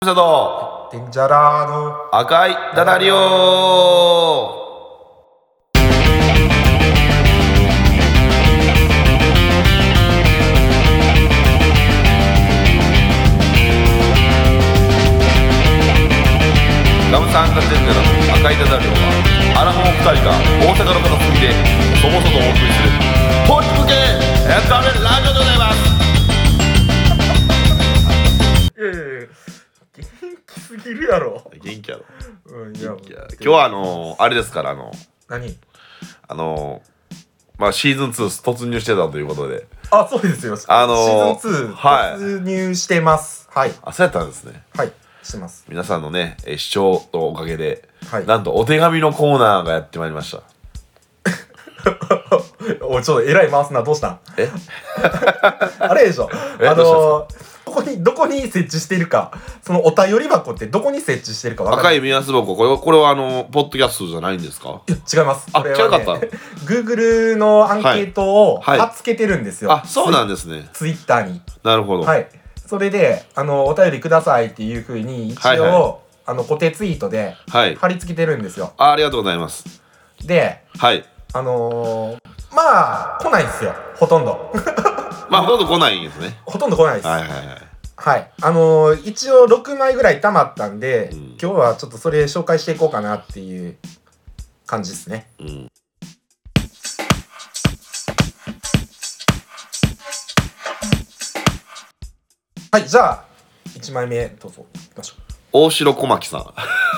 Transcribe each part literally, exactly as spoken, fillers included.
とデンジャラーの赤いダダリオ。ガムさんがデンジャラの赤いダダリオはアラフォーふたりが大阪の片隅でそもそもお送りするポップ系エンタメラジオでございます。 いやいやいや元気すぎるやろ。 元気やろ、 うん、いや元気や。今日はあのー、あれですからあの何あのー、まあシーズンツー突入してたということで、 あ、そうですよ、 あのー、 シーズンツーはい突入してますはい、 あ、そうやったんですね。 はいしてます。 皆さんのね、え視聴のおかげで、 はいなんとお手紙のコーナーがやってまいりました。 おい、ちょっとえらい回すな、どうしたんえあれでしょえあどうのー、どこにどこに設置しているか、そのお便り箱ってどこに設置してるか分かる。 赤い目安箱、これこれはあのポッドキャストじゃないんですか？ いや違います。 あこれはね違かった Google のアンケートをはい貼っつけてるんですよ。 あ、そうなんですね。 ツイッターに。 なるほど。 はい。それで、あの、お便りくださいっていうふうに、一応、 はいはいあの、固定ツイートではい。 貼り付けてるんですよ。 あ、ありがとうございます。 で、 はい。 あのー、まあ、来ないんですよ。ほとんど。 まあほとんど来ないんですね。 ほとんど来ないです。 はいはいはい。 はい。あのー、一応ろくまいぐらい溜まったんで、 うん今日はちょっとそれ紹介していこうかなっていう感じですね。 うん。 はい、じゃあ、いちまいめどうぞ。行きましょう。 大城小牧さん。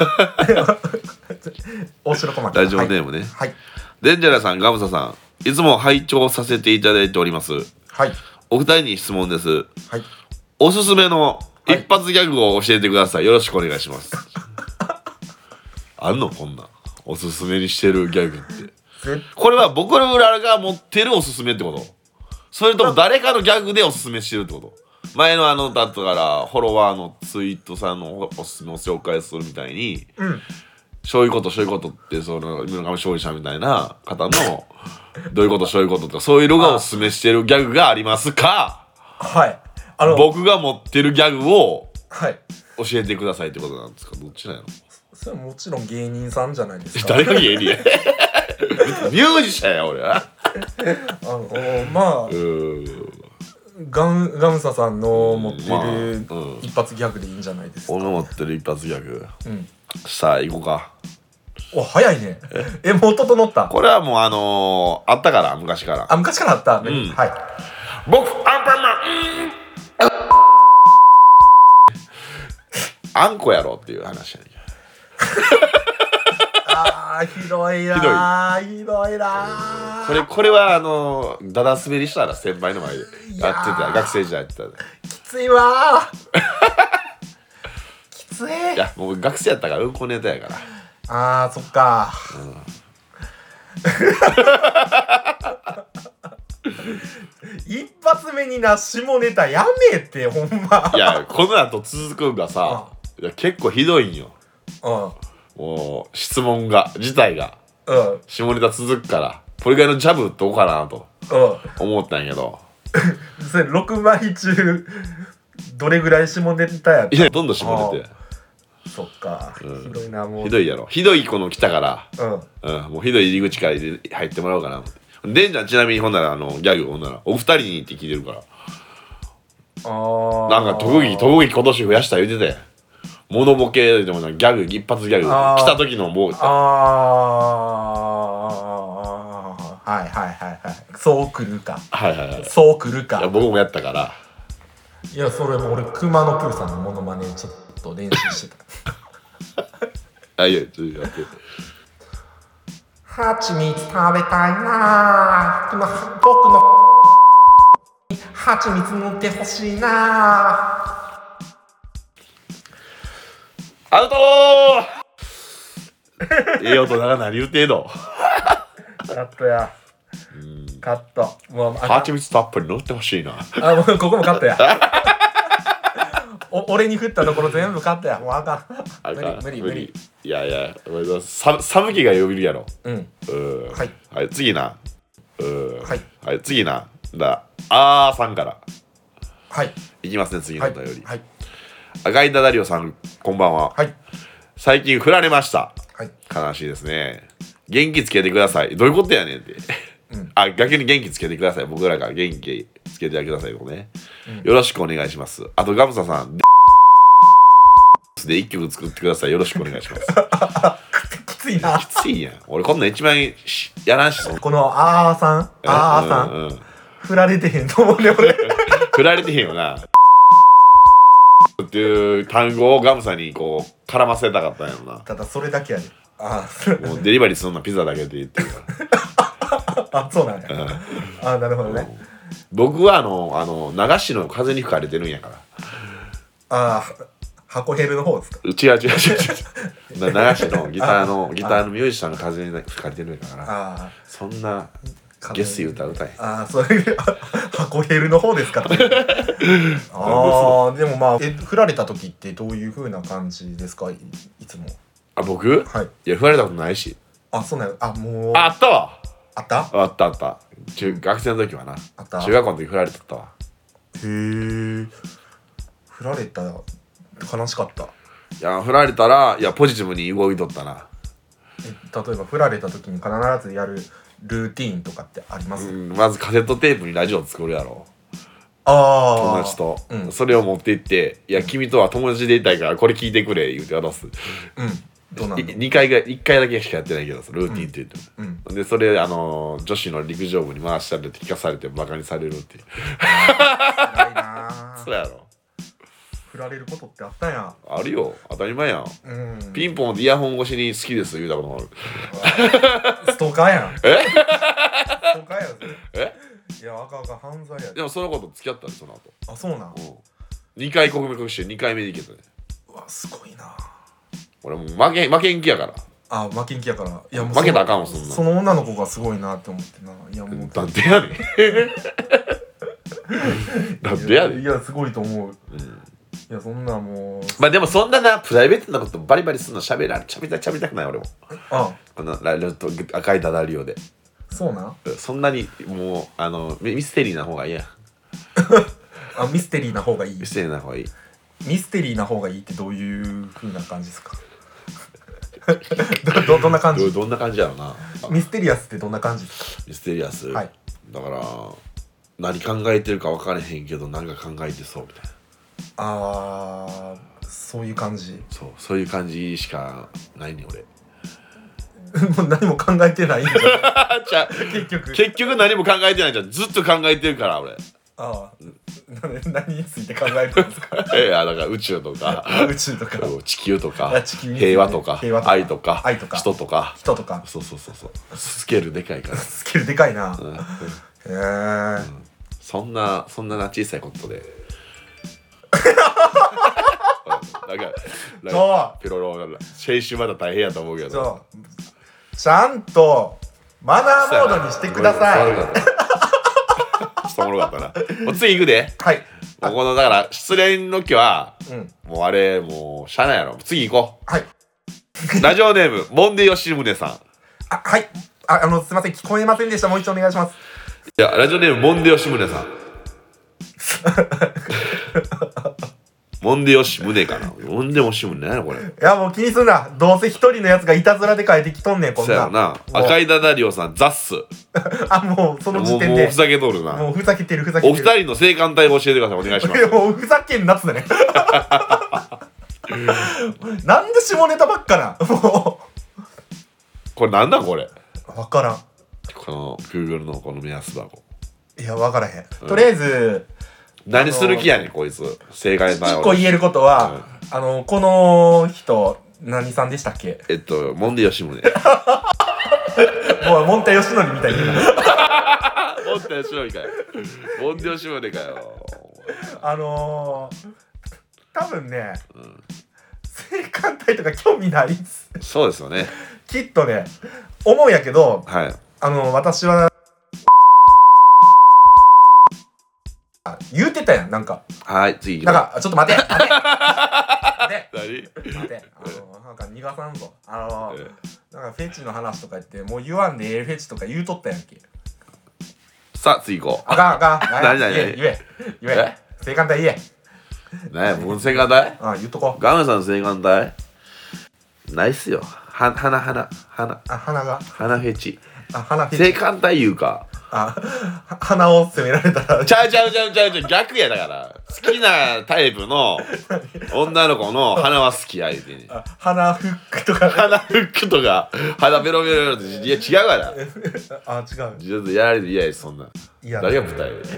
大城小牧。 ラジオネームね。 はい。はい。 デンジャラさん、ガムサさん、いつも拝聴させていただいております。 はい。 お二人に質問です。 はい。 おすすめの一発ギャグを教えてください。よろしくお願いします。あんのこんなんおすすめにしてるギャグって。これは僕らが持ってるおすすめってこと？それとも誰かのギャグでおすすめしてるってこと？前のあのだったからフォロワーのツイートさんのおすすめを紹介するみたいに、 うん。 そういうことそういうことってその村上勝利者みたいな方のどういうことそういうこととかそういうのがおすすめしてるギャグがありますか？ はい。あの、 僕が持ってるギャグをはい。 教えてくださいってことなんですか？どっちなの？ それはもちろん芸人さんじゃないですか。 誰が芸人やミュージシャンや俺は。 あのまあうーんガンガムサさんの持ってまあるうん一発ギャグでいいんじゃないですか。 俺の持ってる一発ギャグうん。 さあ行こうか。 お、早いね。え、もう整った。 これはもうあのー、あったから昔からあ、昔からあった。 んはい。 僕アンパンマンあんこやろっていう話やねん。 あー、ひどいなー。ひどいなー。 これこれはあのー、だだ滑りしたら先輩の前でやっていやたー学生時代やってた。 きついわー。きつい。 いやもう学生やったからうんこネタやから。 あー、そっか。一発目にな下ネタやめてほんま。 いやこの後続くんがさ、いや結構ひどいんよ。 うんもう質問が自体がうん下ネタ続くからこれぐらいのジャブどうかなとうん。 思ったんやけど、 それろくまい中どれぐらい下ネタやった？ いやどんどん下ネタや。 そっか、 うんひどいなもう。 ひどいやろ。ひどいこの来たからうんうん、もうひどい入り口から入れ入ってもらおうかな。でんちゃんちなみにほんならあのギャグほんならお二人にって聞いてるからあーなんか特技特技今年増やした言うてたやん。モノボケでもなギャグ一発ギャグあー来た時のもうあーはいはいはいはい、そうくるかはいはいはい。 そうくるか。 いや僕もやったからいやそれも俺熊野プーさんのモノマネちょっと練習してた。 あいやちょっとやってハチミツ食べたいなー。今僕のハチミツ塗ってほしいなアウトー。ええ音だが何言うてんの。 ー。カットや。カット。もうハチミツたっぷり塗ってほしいな。 あ、もうここもカットや。お俺に振ったところ全部カットや。もうあかん。 あかん無理無理無理。 いやいやさ寒気が呼びるやろ。 うん。 うんはい、 はい、次なうんはい、 はい、次なだあーさんからはい。 いきますね次のはい。 お便り、 はい。 赤井ダダリオさんこんばんは。 はい。 最近振られました。 はい。 悲しいですね。元気つけてください。どういうことやねんって。うん、あ、逆に元気つけてください。僕らが元気つけてくださいとね、うん。よろしくお願いします。あとガムサさんで一曲作ってください。よろしくお願いします。 きついな。 きついやん。俺こんなん一番やらんし。 このあーさん、あーさん、うんうん、振られてへんと思うね俺。 振られてへんよな。っていう単語をガムさんにこう絡ませたかったんやろな。 ただそれだけやで。ああ。もうデリバリーするのはピザだけって言ってるから。 あ、そうなんや。あ、なるほどね。 僕はあのあの流しの風に吹かれてるんやから。 ああ。箱ヘルの方ですか？ 違う違う違う違う。流しのギターのギターのミュージシャンの風に吹かれてるから。あそんなゲス歌歌え。 ああ、それ箱ヘルの方ですか？ああ、でもまあえ振られた時ってどういう風な感じですか？い, いつも。 あ、僕？はい。いや振られたことないし。 あ、そうなの。あ、もう。 あったわ。 あった？ あったあった。中学生の時はな。あった。中学校の時振られてたわ。 へえ。振られたら。悲しかった。いや振られたらいやポジティブに動いとったな。 え例えば振られた時に必ずやるルーティーンとかってあります？ うん、まずカセットテープにラジオ作るやろ。 ああ友達と、うん、それを持って行って「いや君とは友達でいたいからこれ聞いてくれ」言うて渡す。うんどうなんのにかいがいっかいだけしかやってないけどルーティンって言っても、うんうん、でそれあの女子の陸上部に回したら聞かされてバカにされるっていう。辛いなそうやろ。 振られることってあったんや。 あるよ当たり前やん、うん、ピンポンでイヤホン越しに好きです言うたこともある。ストーカーやん。えストーカーやんそれ。えいや赤赤犯罪やで。 でもその子と付き合ったねその後。 あそうなん、うん、 にかい告白してにかいめでいけたね。 うわすごいな。 俺もう負け負けん気やから。 あ負けん気やから。いやもう負けたらあかんもんそんな。 その女の子がすごいなって思ってな。いやもうなんでやねん。なんでやねん。 いやすごいと思う、うんいやそんなもうまあでもそんななプライベートなことバリバリするのしゃべらしゃべりたしゃべりたくない俺も。ああこのライブと赤いダダリオでそうなんそんなにもうあのミステリーな方がいいや。 あミステリーな方がいい。 ミステリーな方がいい。 ミステリーな方がいいってどういう風な感じですか？ど, ど, どんな感じど, どんな感じやろうな。 ミステリアスってどんな感じですか？ ミステリアス、はい、だから何考えてるか分からへんけど何か考えてそうみたいな。 あーそういう感じ。 そうそういう感じしかないね俺。 もう何も考えてないんじゃじゃ結局結局何も考えてないじゃん。ずっと考えてるから俺。 ああ何について考えてるんですか？ いやだから宇宙とか宇宙とか地球とか平和とか愛とか愛とか人とか人とかそうそうそうそうスケールでかいからスケールでかいな、うん、へえ、 うん、そんなそんな小さいことでなんかそうピロロ青春まだ大変やと思うけどそうちゃんとマナーモードにしてください。 ちょっとおもろかったな。もう次行くで。はい。もうこのだから失恋の時は、うん、もうあれもうしゃあないやろ。次行こう。はい。ラジオネームモンデ吉宗さん。 あはいあ。あのすみません聞こえませんでした。もう一度お願いします。 いやラジオネームモンデ吉宗さん。モンデ吉宗かな。モンデ吉宗何やろこれ。いやもう気にすんな。どうせ一人のやつがいたずらで書いてきとんねんこんな。 そうやな。赤いダダリオさんザッス。 あもうその時点で。 もうふざけとるな。 もうふざけてるふざけてる。 お二人の性感帯を教えてくださいお願いします。 もうふざけんなっつだね。なんで下ネタばっかな。もう。 これなんだこれ。 わからん。 この Google のこの目安箱。 いやわからへん。うん、とりあえず。 何する気やねんこいつ。正解だよ。 一個言えることは、うん、あのこの人何さんでしたっけ？ えっとモンデ吉宗。 もうモンテ吉則みたいに言うな。 モンテ吉則かよ。モンデ吉宗かよ。 あのー、多分ね、うん、性感帯とか興味ないっす。 そうですよね。 きっとね思うんやけど、 はい、 あの私は言うてたやんなんか。 はい次。 なんかちょっと待て待て待て何待てあのなんか逃がさんぞ。あの、ええ、なんかフェチの話とか言ってもう言わんでええフェチとか言うとったやんけ。 さあ次行こう。 あかんあかん。 何何言え言え言え。性感帯言え。 何や僕の性感帯あ言っとこう。 ガムさんの性感帯ないっすよ。は鼻鼻鼻あ鼻が鼻フェチあ鼻フェチ性感帯言うかあ鼻を責められたらちゃうちゃうちゃうちゃうちゃう逆やだから好きなタイプの女の子の鼻は好きや言うてんねんあ鼻フックとか鼻フックとか鼻ベロベロっていや違うからあ違うちょっとやられて嫌やしそんなん嫌誰が答える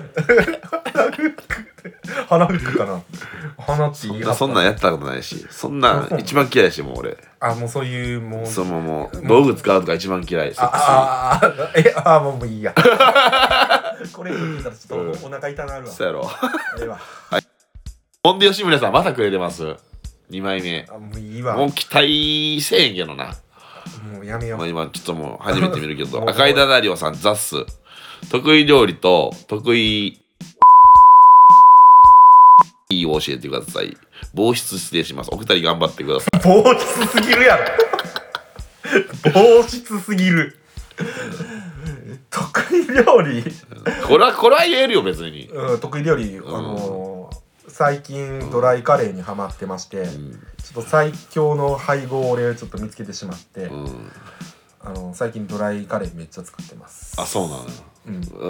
鼻フックかな鼻って言いそんなそんなんやったことないしそんなん一番嫌いやしもう俺あもうそういうもうそのもう道具使うとか一番嫌いセックスああえあもうもういいやこれ聞いたらちょっとお腹痛なるわそうやろええわほんで吉村さんまたくれてますにまいめあもういいわもう期待せえへんけどなもうやめよう、 まあ、今ちょっともう初めて見るけどもう赤いダダリオさんザッス得意料理と得意を教えてください防湿失礼しますお二人頑張ってください防湿すぎるやろ防湿すぎる得意料理これはこれは言えるよ別にうん得意料理、あのー、最近ドライカレーにハマってまして、うん、ちょっと最強の配合を俺ちょっと見つけてしまって、うん、あの最近ドライカレーめっちゃ作ってますあそうなのよ、うん、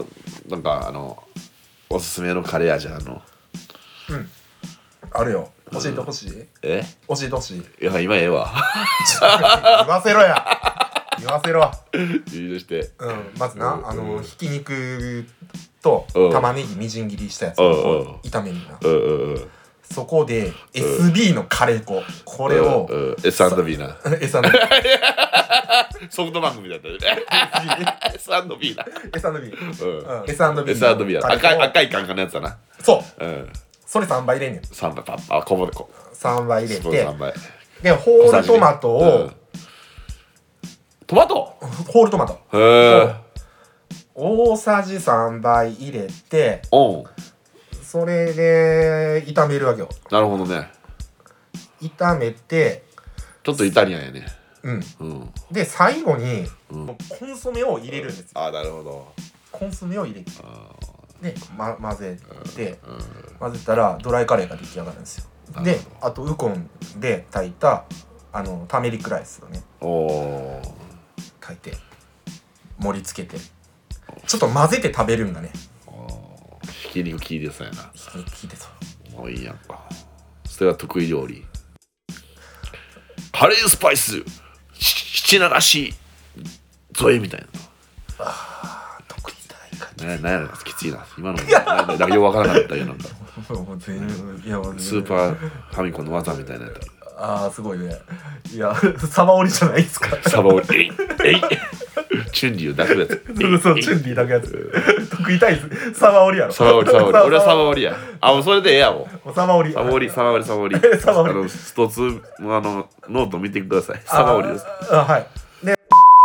なんかあのおすすめのカレー味あのうんあるよ教えてほしい、うん、 え教えてほしいいや今ええわ言わせろや言わせろいいして、 うん、まずな、うん、あのひき肉と玉ねぎみじん切りしたやつを炒めるな、 うん、 そこで エスビー のカレー粉これを、 うんうん、エスアンドビー なエスアンドビーソフトバンクみたいだったよね エスアンドビー なエスアンドビー、 うんうん、エスアンドビーエスアンドビー だ赤い赤いカンカンのやつだなそう、 うん、 それさんばい入れんねんさんばいパッパこぼれこさんばい入れてさんばいでホールトマトを、うん、 トマトホールトマトへえ大さじさんばい入れておうそれで炒めるわけよなるほどね炒めてちょっとイタリアンやねうん、うん、で最後に、うん、コンソメを入れるんですよあなるほどコンソメを入れてで、ま、混ぜて、うんうん、混ぜたらドライカレーが出来上がるんですよであとウコンで炊いたあのターメリックライスをねお炊いて盛り付けてちょっと混ぜて食べるんだねひき肉効いてそうやなひき肉効いてそうもういいやんかそれは得意料理カレースパイス七流し添えみたいなあー得意だいかなんやろきついな今のなんかようわからなかったよなんかいやスーパーファミコンの技みたいなやつあーすごいねいやサバ折りじゃないですかサバ折りえいえいチュンリーを抱くやつそうそうチュンリー抱くやつ得意体サバ折りやろサバ折りサバ折り俺はサバ折りやあもうそれでええやもうサバ折りサバ折りサバ折りサバ折りあの一つあのノート見てくださいサバ折りですあはいで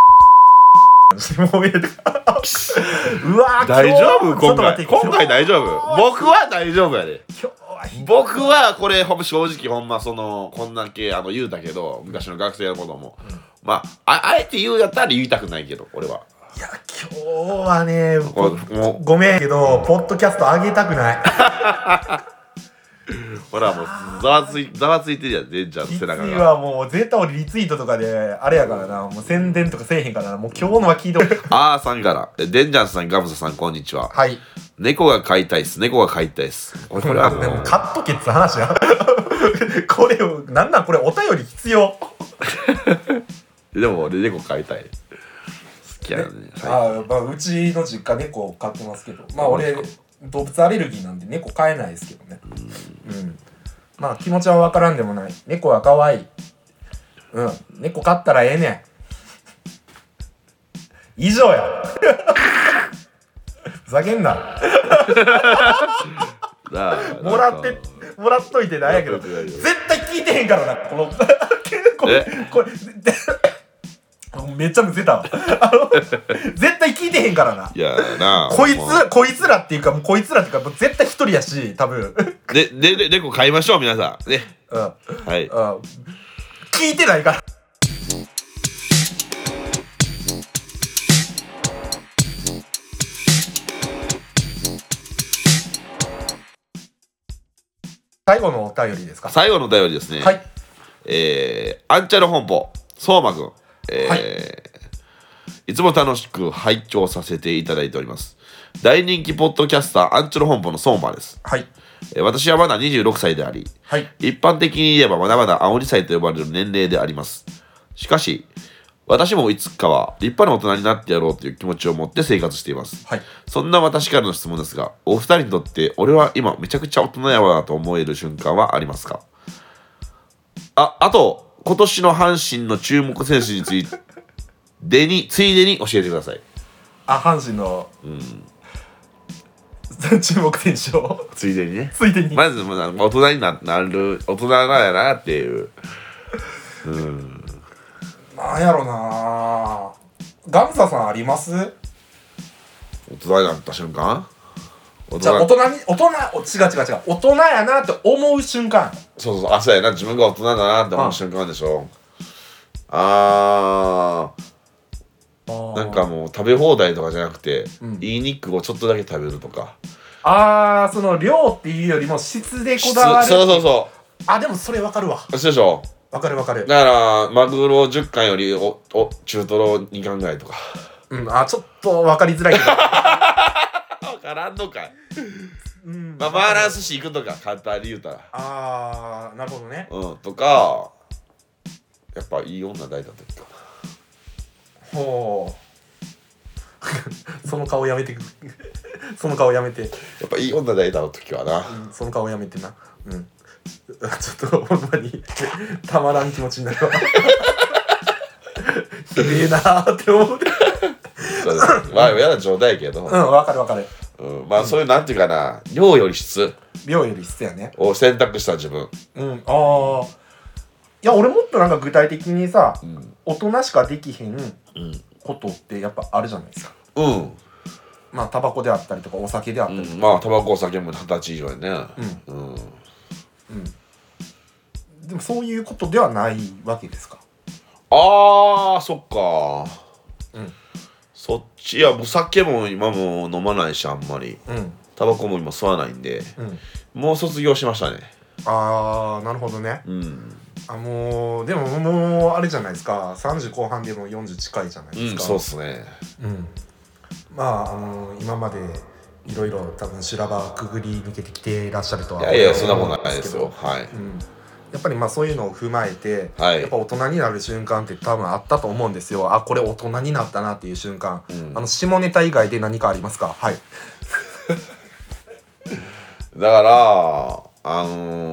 もううわ大丈夫今回今回大丈夫僕は大丈夫やで僕はこれほんま正直ほんまそのこんだけあの言うたけど昔の学生のことも、うん、まあ あ, あえて言うやったら言いたくないけど俺はいや今日はねごめんけどポッドキャスト上げたくないほらもうざわついざわついてるやんデンジャーの背中がリツイはもう絶対俺リツイートとかであれやからなもう宣伝とかせえへんからなもう今日のは聞いてあーさんからデンジャーさんガムサさんこんにちははい猫が飼いたいっす猫が飼いたいっすこれはもう買っとけっつ話やこれをなんなんこれお便り必要でも俺猫飼いたい好きやねあ、まあ、うちの実家猫飼ってますけどまあ俺動物アレルギーなんで猫飼えないですけどねうん、うん、まあ気持ちは分からんでもない猫は可愛いうん猫飼ったらええねん以上やふざけんなもらってもらっといてなんやけど絶対聞いてへんからなこのこれこれめっちゃむせたわあの絶対聞いてへんからないやなこいつこいつらっていうかもうこいつらっていうかもう絶対一人やし多分ででで猫飼いましょう皆さんねうんはい、 うん、聞いてないから最後のお便りですか。 最後のお便りですね。 はい。 えー、アンチャル本舗相馬くん、えーはい、いつも楽しく拝聴させていただいております。大人気ポッドキャスターアンチャル本舗の相馬です。 はい。 えー、私はまだにじゅうろくさいであり、 はい、 一般的に言えばまだまだ青り歳と呼ばれる年齢であります。しかし私もいつかは立派な大人になってやろうという気持ちを持って生活しています。 はい、 そんな私からの質問ですが、お二人にとって俺は今めちゃくちゃ大人やわと思える瞬間はありますか？あ、あと今年の阪神の注目選手についてについでに教えてください。 あ、阪神の、うん、注目選手をついでにね。 ついでにまず大人になる大人なんやなっていう。うん。 なんやろな。ガムサさんあります？ 大人になった瞬間？ じゃあ大人に大人違う違う違う大人やなって思う瞬間。 そうそう、あ、そうやな、自分が大人だなって思う瞬間でしょ。あー、なんかもう食べ放題とかじゃなくて、うん、いい肉をちょっとだけ食べるとか。 あー、その量っていうよりも質でこだわる。 そうそうそう。 あ、でもそれ分かるわ。 そうでしょ。 分かる分かる。 だからマグロじゅっかんよりおお中トロにかんぐらいとか。 うん、あ、ちょっと分かりづらいけど。 分からんのかい。うん、まあバランスしいくとか簡単に言うたら。 あー、なるほどね。 うん、とかやっぱいい女抱いた時かな。ほう。その顔やめてくその顔やめて。やっぱいい女抱いた時はな、 うん、その顔やめてな。うん。ちょっとほんまにたまらん気持ちになるわ。ひでえなーって思う。 そうです。まあ嫌な状態やけど。 うん、分かる分かる。 うん、まあそういうなんていうかな、量より質。 量より質やね。 を選択した自分。 うん、ああ。いや俺もっとなんか具体的にさ、うん、大人しかできへんことってやっぱあるじゃないですか。 うん。 まあタバコであったりとかお酒であったりとか。 うん、まあタバコお酒も二十歳以上やね。うん。うん。 うん、でもそういうことではないわけですか。 あー、そっか。 うん。 そっちや、お酒も今も飲まないしあんまり。うん。タバコも今吸わないんで、うん、もう卒業しましたね。 あー、なるほどね。うん。あ、もうでももうあれじゃないですか。さんじゅう後半でもよんじゅう近いじゃないですか。 うん、そうっすね。 うん。まああのー、今までいろいろ多分修羅場くぐり抜けてきていらっしゃるとは思うんですけど。いやいや、そんなことないですよ。はい。うん。やっぱりまあそういうのを踏まえて、はい、やっぱ大人になる瞬間って多分あったと思うんですよ。あ、これ大人になったなっていう瞬間、うん、あの下ネタ以外で何かありますか？はい。 だからあのー、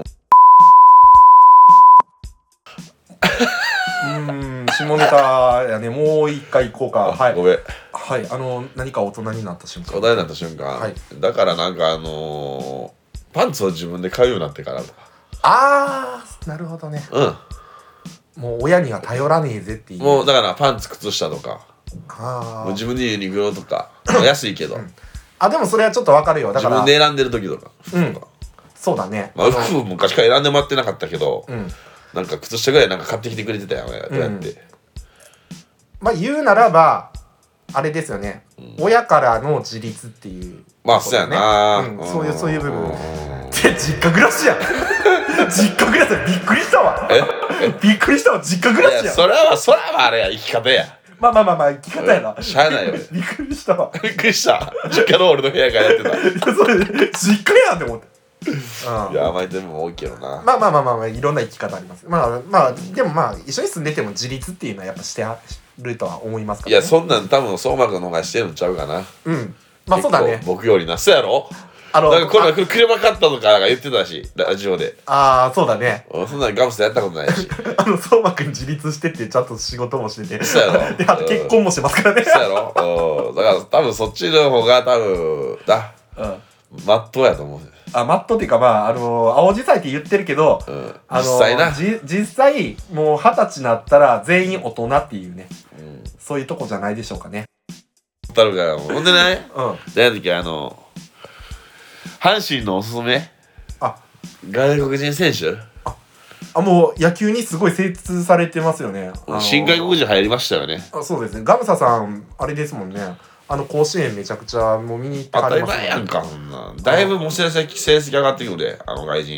うーん、下ネタやね。もう一回行こうか。はい。 ごめん。 はい、あの何か大人になった瞬間。 大人になった瞬間。はい。だからなんかあのー、パンツを自分で買うようになってからとか。 あー、なるほどね。 うん。 もう親には頼らねえぜっていう。 もうだからパンツ靴下とか。 ああ。 もう自分でユニクロとか安いけど。うん、 あ、でもそれはちょっとわかるよ。だから自分で選んでる時とか。 うん。そうだね。 まあ服昔から選んでもらってなかったけど、うん、なんか靴下ぐらいなんか買ってきてくれてたよね。どうやって。うん、 まあ言うならばあれですよね。うん、親からの自立っていう、ね。 まあそうやな、 うん。そういうそういう部分。で実家暮らしやん。実家暮らしやん。びっくりしたわ。え？びっくりしたわ。実家暮らしやん。いやそれはそれはあれや生き方や。 まあまあまあまあ生き方やな。 しゃあないよ。 びっくりしたわ。 びっくりした。実家の俺の部屋からやってた。いやそれ実家やんって思って。 うん、いや甘いでも多いけどな。 まあまあまあまあ、まあ、いろんな生き方あります。まあまあでもまあ一緒に住んでても自立っていうのはやっぱしてるとは思いますからね。 いやそんなん多分相馬君の方がしてるんちゃうかな。 うん。まあそうだね。 僕よりな。そうやろ。あのなんかこれ車買ったとか言ってたしラジオで。ああそうだね。 そんなにガムスやったことないし。 あの相馬君自立してってちゃんと仕事もしてて。 そうやろ。 であと結婚もしてますからね。 そうやろ。だから多分そっちの方が多分だ。うん。まっとうやと思う。 あ、マットっていうかまああの青じさいって言ってるけど、うん、あの実際なじ実際もう二十歳になったら全員大人っていうね、うん、そういうとこじゃないでしょうかね。 たるからほんでね、うん、大の時あの阪神のおすすめあ外国人選手ああもう野球にすごい精通されてますよね。 新外国人流行りましたよね。 あそうですね。ガムサさんあれですもんね。あの甲子園めちゃくちゃもう見に行ってはります、ね、 当たり前やんかそんなだいぶもう成績成績上がってくるであの外人。 あ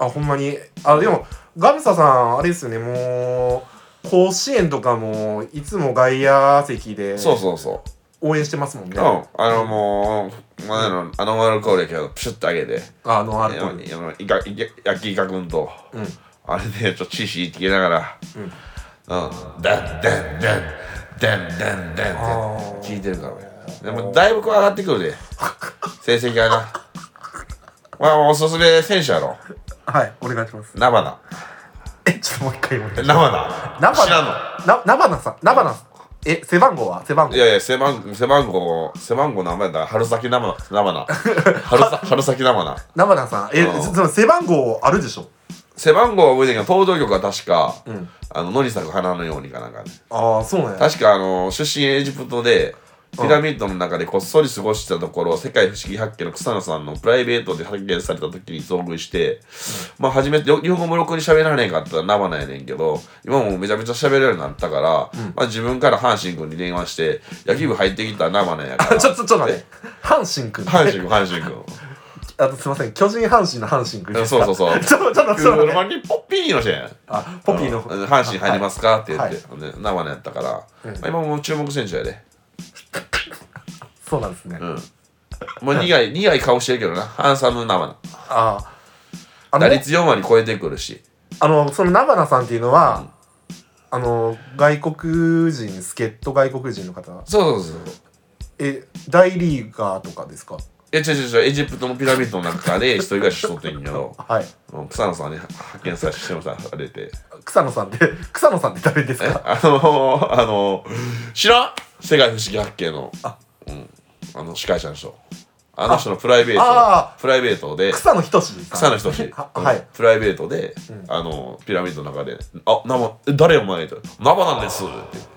あほんまにあでもガムサさんあれですよねもう甲子園とかもいつも外野席でそうそうそう応援してますもんね。 うんあのもう前のあのアルコールやけどプシュッと上げてあのアルコールいやいかいか焼きイカ君と、 うん、 あれでちょっとチーシーって言いながらうん、 うんダンダンダンダンダンダンダンって聞いてるからね。でもだいぶこう上がってくるで成績がな。まあおすすめ選手やろ。 はいお願いします。 ナバナ。 えちょっともう一回もう一回ナバナナバ知らんの？ ナナバナさんナバナえ背番号は背番号いやいや背番背番号背番号名前だ春先ナバナナバナ春さ春先ナバナナバナさんえうんその背番号あるでしょ。 背番号は覚えてんけど登場曲は確か、 うん、 あの野に咲く花のようにかなんかね。 ああそうなんや。 確かあの出身エジプトでピラミッドの中でこっそり過ごしたところ世界不思議発見の草野さんのプライベートで発見された時に遭遇して、うん、まあ初めて日本語もろくに喋られへんかったらナバナやねんけど今もうめちゃめちゃ喋れるようになったから、うん、まあ自分から阪神君に電話して野球部入ってきたらナバナやからちょっとちょっと待って阪神君阪神君阪神君あとすいません巨人阪神の阪神君ですか。そうそうそうちょっとちょっとちょっと車にポッピーの人やん。 あポッピーの阪神入りますかって言って、 はい、 でナバナやったから、うんまあ、今もう注目選手やで。 そうなんですね。 うん。もう苦い苦い顔してるけどなハンサムナバナ。 ああ打率よん割超えてくるし。 あのそのナバナさんっていうのは、うん、あの外国人助っ人外国人の方。 そうそうそう。 え大リーガーとかですか。 え違う違う違うエジプトのピラミッドの中で一人暮らししとってんけど、 はい、 草野さんに発見させてもらされて。 草野さんって草野さんって誰ですか。 あのあの知らん世界不思議発見のあ、うん、あの司会者の人あの人のプライベートプライベートで草野仁草野仁はい、 プライベートで、うん、あのピラミッドの中で「あ生誰お前?」って「生なんです」って言って。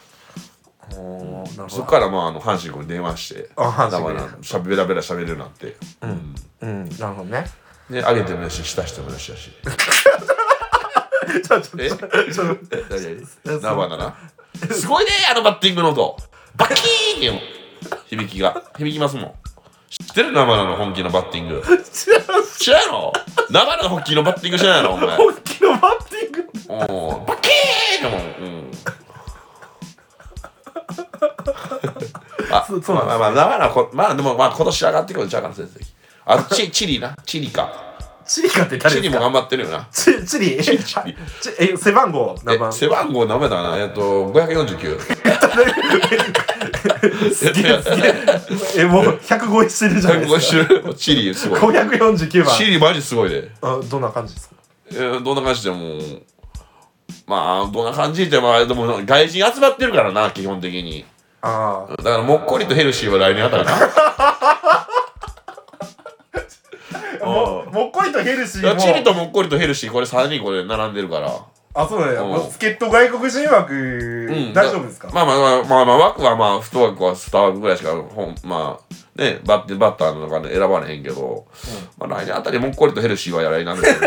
そっからまああの阪神君に電話してあだからしゃべベラベラしゃべれるようになってうんうんなるほどねで上げてもよし下してもよしやしちょちょえちょえ何ナバナなすごいねあのバッティングの音バキーンよ響きが響きますもん知ってるナバナの本気のバッティング知らん知らんのナバナの本気のバッティング知らんのお前本気のバッティングおバキーンやもんうんあ、そうそうまあまあまあまあこまあでもまあ今年上がってくるんちゃうかな先生。あチチリなチリか。 チリかって誰ですか。 チリも頑張ってるよな。 チチリ。チリえ背番号何番？ 背番号何番だなえっとごひゃくよんじゅうきゅう。 すげえすげえ。えもうひゃく超えしてるじゃないですか。 ひゃく超えしてる。チリすごい。 ごひゃくよんじゅうきゅうばん。 チリマジすごいで。 あどんな感じですか。 えー、どんな感じでもまあどんな感じってまあでも外人集まってるからな基本的に。 あだからもっこりとヘルシーは来年あたりなも, もっこりとヘルシーもチリともっこりとヘルシーこれさんにんこれ並んでるからあそうだよ助っ人外国人枠、うん、大丈夫ですか。 まあまあまあまあまあ枠はまあ太枠はスター枠ぐらいしかほんまあねバッバッターの中で選ばれへんけど、うん、まあ来年あたりもっこりとヘルシーはやられなんでるし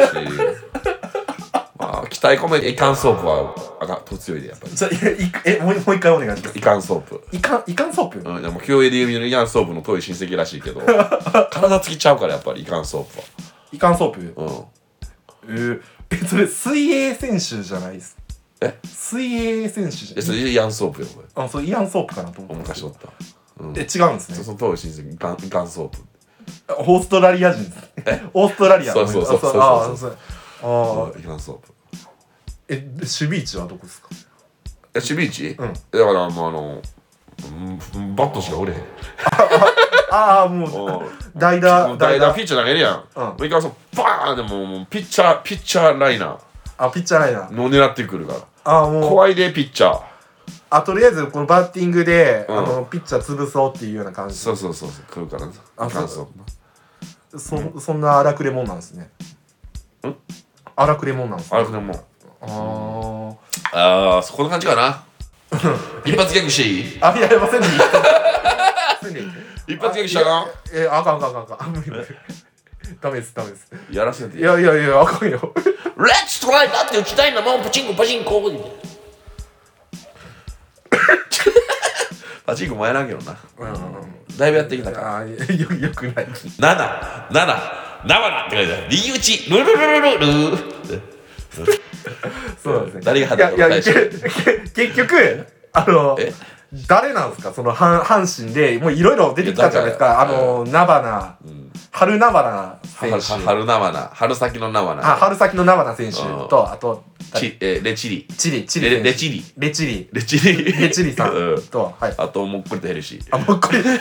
まあ期待込めてイカンソープはあかと強いでやっぱり。 じゃえもうもう一回お願いします。 イカンソープ。 イカンイカンソープ。 うんでも競泳で有名なイカンソープの遠い親戚らしいけど体つきちゃうからやっぱりイカンソープは。 イカンソープ。 うん。 えー、えそれ水泳選手じゃないです。 え水泳選手じゃ。 えそれイアンソープよこれ。 あそうイアンソープかなと思って。 昔おった。 うん、え違うんですね。 その遠い親戚イカンイカンソープ。 オーストラリア人です。オーストラリア。 そうそうそうそうそう。 ああそう。ああイカンソープ。 え、守備位置はどこですか。 え、守備位置？ うん。 だからもうあの、バットしかおれへん。 ああもう代打代打ピッチャー投げるやん。 うん。 もういかんそうバーンでもピッチャーピッチャーライナー。 あピッチャーライナー。 の狙ってくるから。 あもう。 怖いでピッチャー。 あとりあえずこのバッティングであのピッチャー潰そうっていうような感じ。 そうそうそうそう来るから。 あそうそそんな荒くれもんなんですね。 ん？ 荒くれもんなんですね。 荒くれもん。 あああ、そこの感じかな。一発ギャグしていい？ あ、いや、ませんでいい。 一発ギャグしたな。 え、あかんあかんあかん。無理無理。ダメですダメです。 やらせて。 いやいやいや、あかんよ。 レッツトライだって打ちたいんだもん、パチンコパチンコ。パチンコもやらんけどな。だいぶやってきたから。 あ、よよくない。 七七生だって書いてある。右打ちルルルルルルそうなんですね。 誰が肌をいやいや返してけ結局あのえ誰なんですかその阪阪神でもういろいろ出てきたじゃないですか。あの菜花、うん、春菜花選手、 春菜花、春先の菜花、 あ春先の菜花選手とあとチえー、レチリチリチリレレチリレチリレチリレチリさんと、 はい、あともっこりとヘルシー。 あもっこり。いや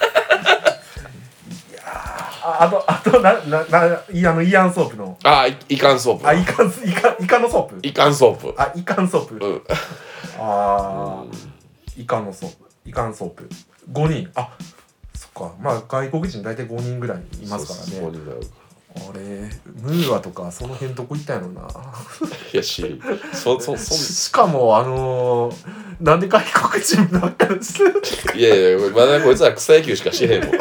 あとあとなななイアのイアンソープのあイイカンソープあイカンイカイカのソープイカンソープあイカンソープ、うん、ああ、 うんイカのソープイカンソープごにんあそっかまあ外国人大体ごにんぐらいいますからね。あれムーアとかその辺どこ行ったんやろないやしそそそし, しかもあのー、なんで外国人ばっかりしていやいやまだこいつは草野球しかしへんもん。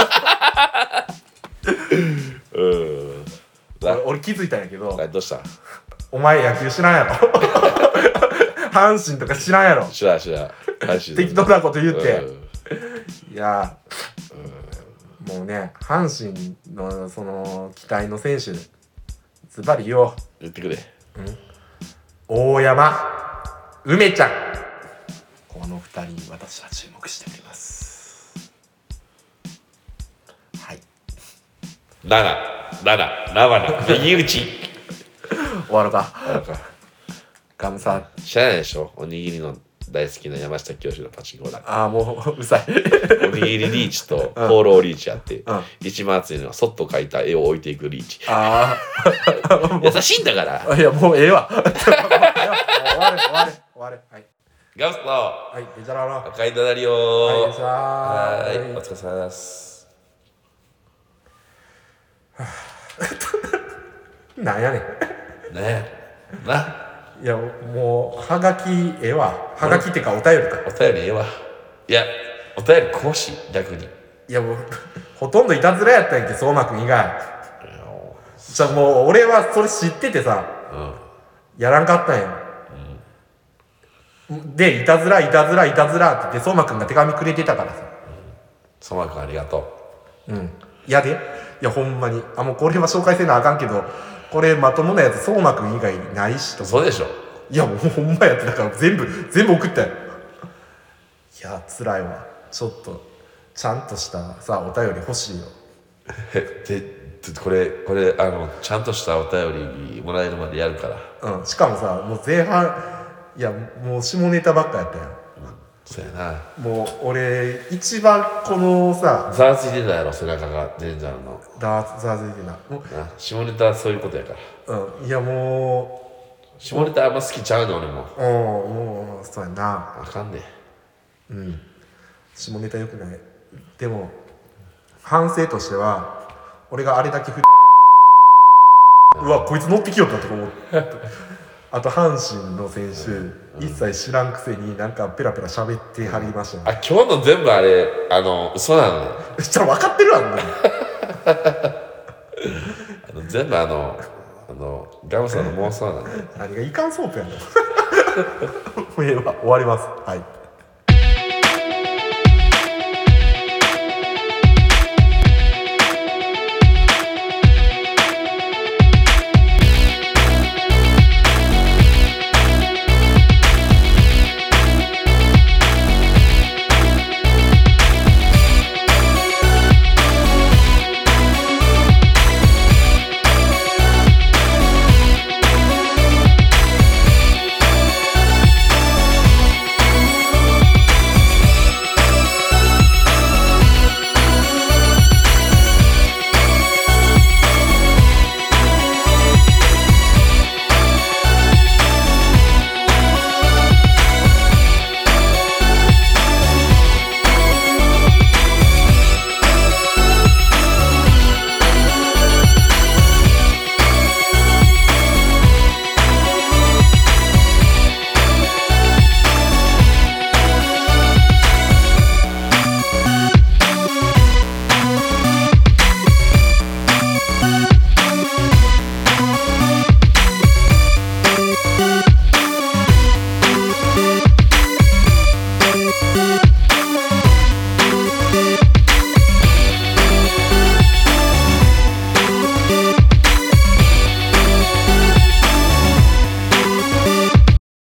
うん俺, 俺気づいたんやけどどうしたお前野球知らんやろ阪神とか知らんやろ知らん知らん適当なこと言って、うん、いや、うん、もうね阪神のその期待の選手ズバリ言おう言ってくれ、 うん、大山梅ちゃんこのふたりに私は注目しております。はいななななななな右打ち終わろうか終わろうかガムさ知らないでしょおにぎりの大好きな山下清のパチンコだ。 ああもううるさいおにぎりリーチと放浪リーチあって、うん、一番熱いのはそっと描いた絵を置いていくリーチ。ああ優しいんだから。 いやもうええわ終われ終われ終われ終われはいガウスとはいデジャラの赤いダダリオはいでしょはいお疲れ様です。 なんやねんねえないやもうはがきええわはがきってかお便りかお便りええわいやお便り講師逆にいやもうほとんどいたずらやったんやんけ相馬くん以外じゃあもう俺はそれ知っててさ、うん、やらんかったんや、うん、でいたずらいたずらいたずらって言って相馬くんが手紙くれてたからさ、うん、 相馬くんありがとううんいやでいやほんまにあもうこれは紹介せなあかんけどこれまともなやつ相馬くん以外ないしとそうでしょいやもうほんまやってだから全部全部送ったよ。いや辛いわちょっとちゃんとしたさお便り欲しいよ。 でこれこれあのちゃんとしたお便りもらえるまでやるから。 うんしかもさもう前半いやもう下ネタばっかやったやん。 そうやなもう俺一番このさざわついてたやろ背中が全然あるのざわついてなな下ネタはそういうことやからうんいやもう下ネタあんま好きちゃうの俺もうんもうそうやなあかんねうん下ネタよくないでも反省としては俺があれだけふうわこいつ乗ってきよったとか思ってあと阪神の選手、うん、一切知らんくせになんかペラペラ喋ってはりましたね。 あ今日の全部あれあの嘘なのね。 ちょっと分かってるわんねあの全部あのあのガムさんの妄想なんで何がいかんソープやねんもうええわ終わりますはい。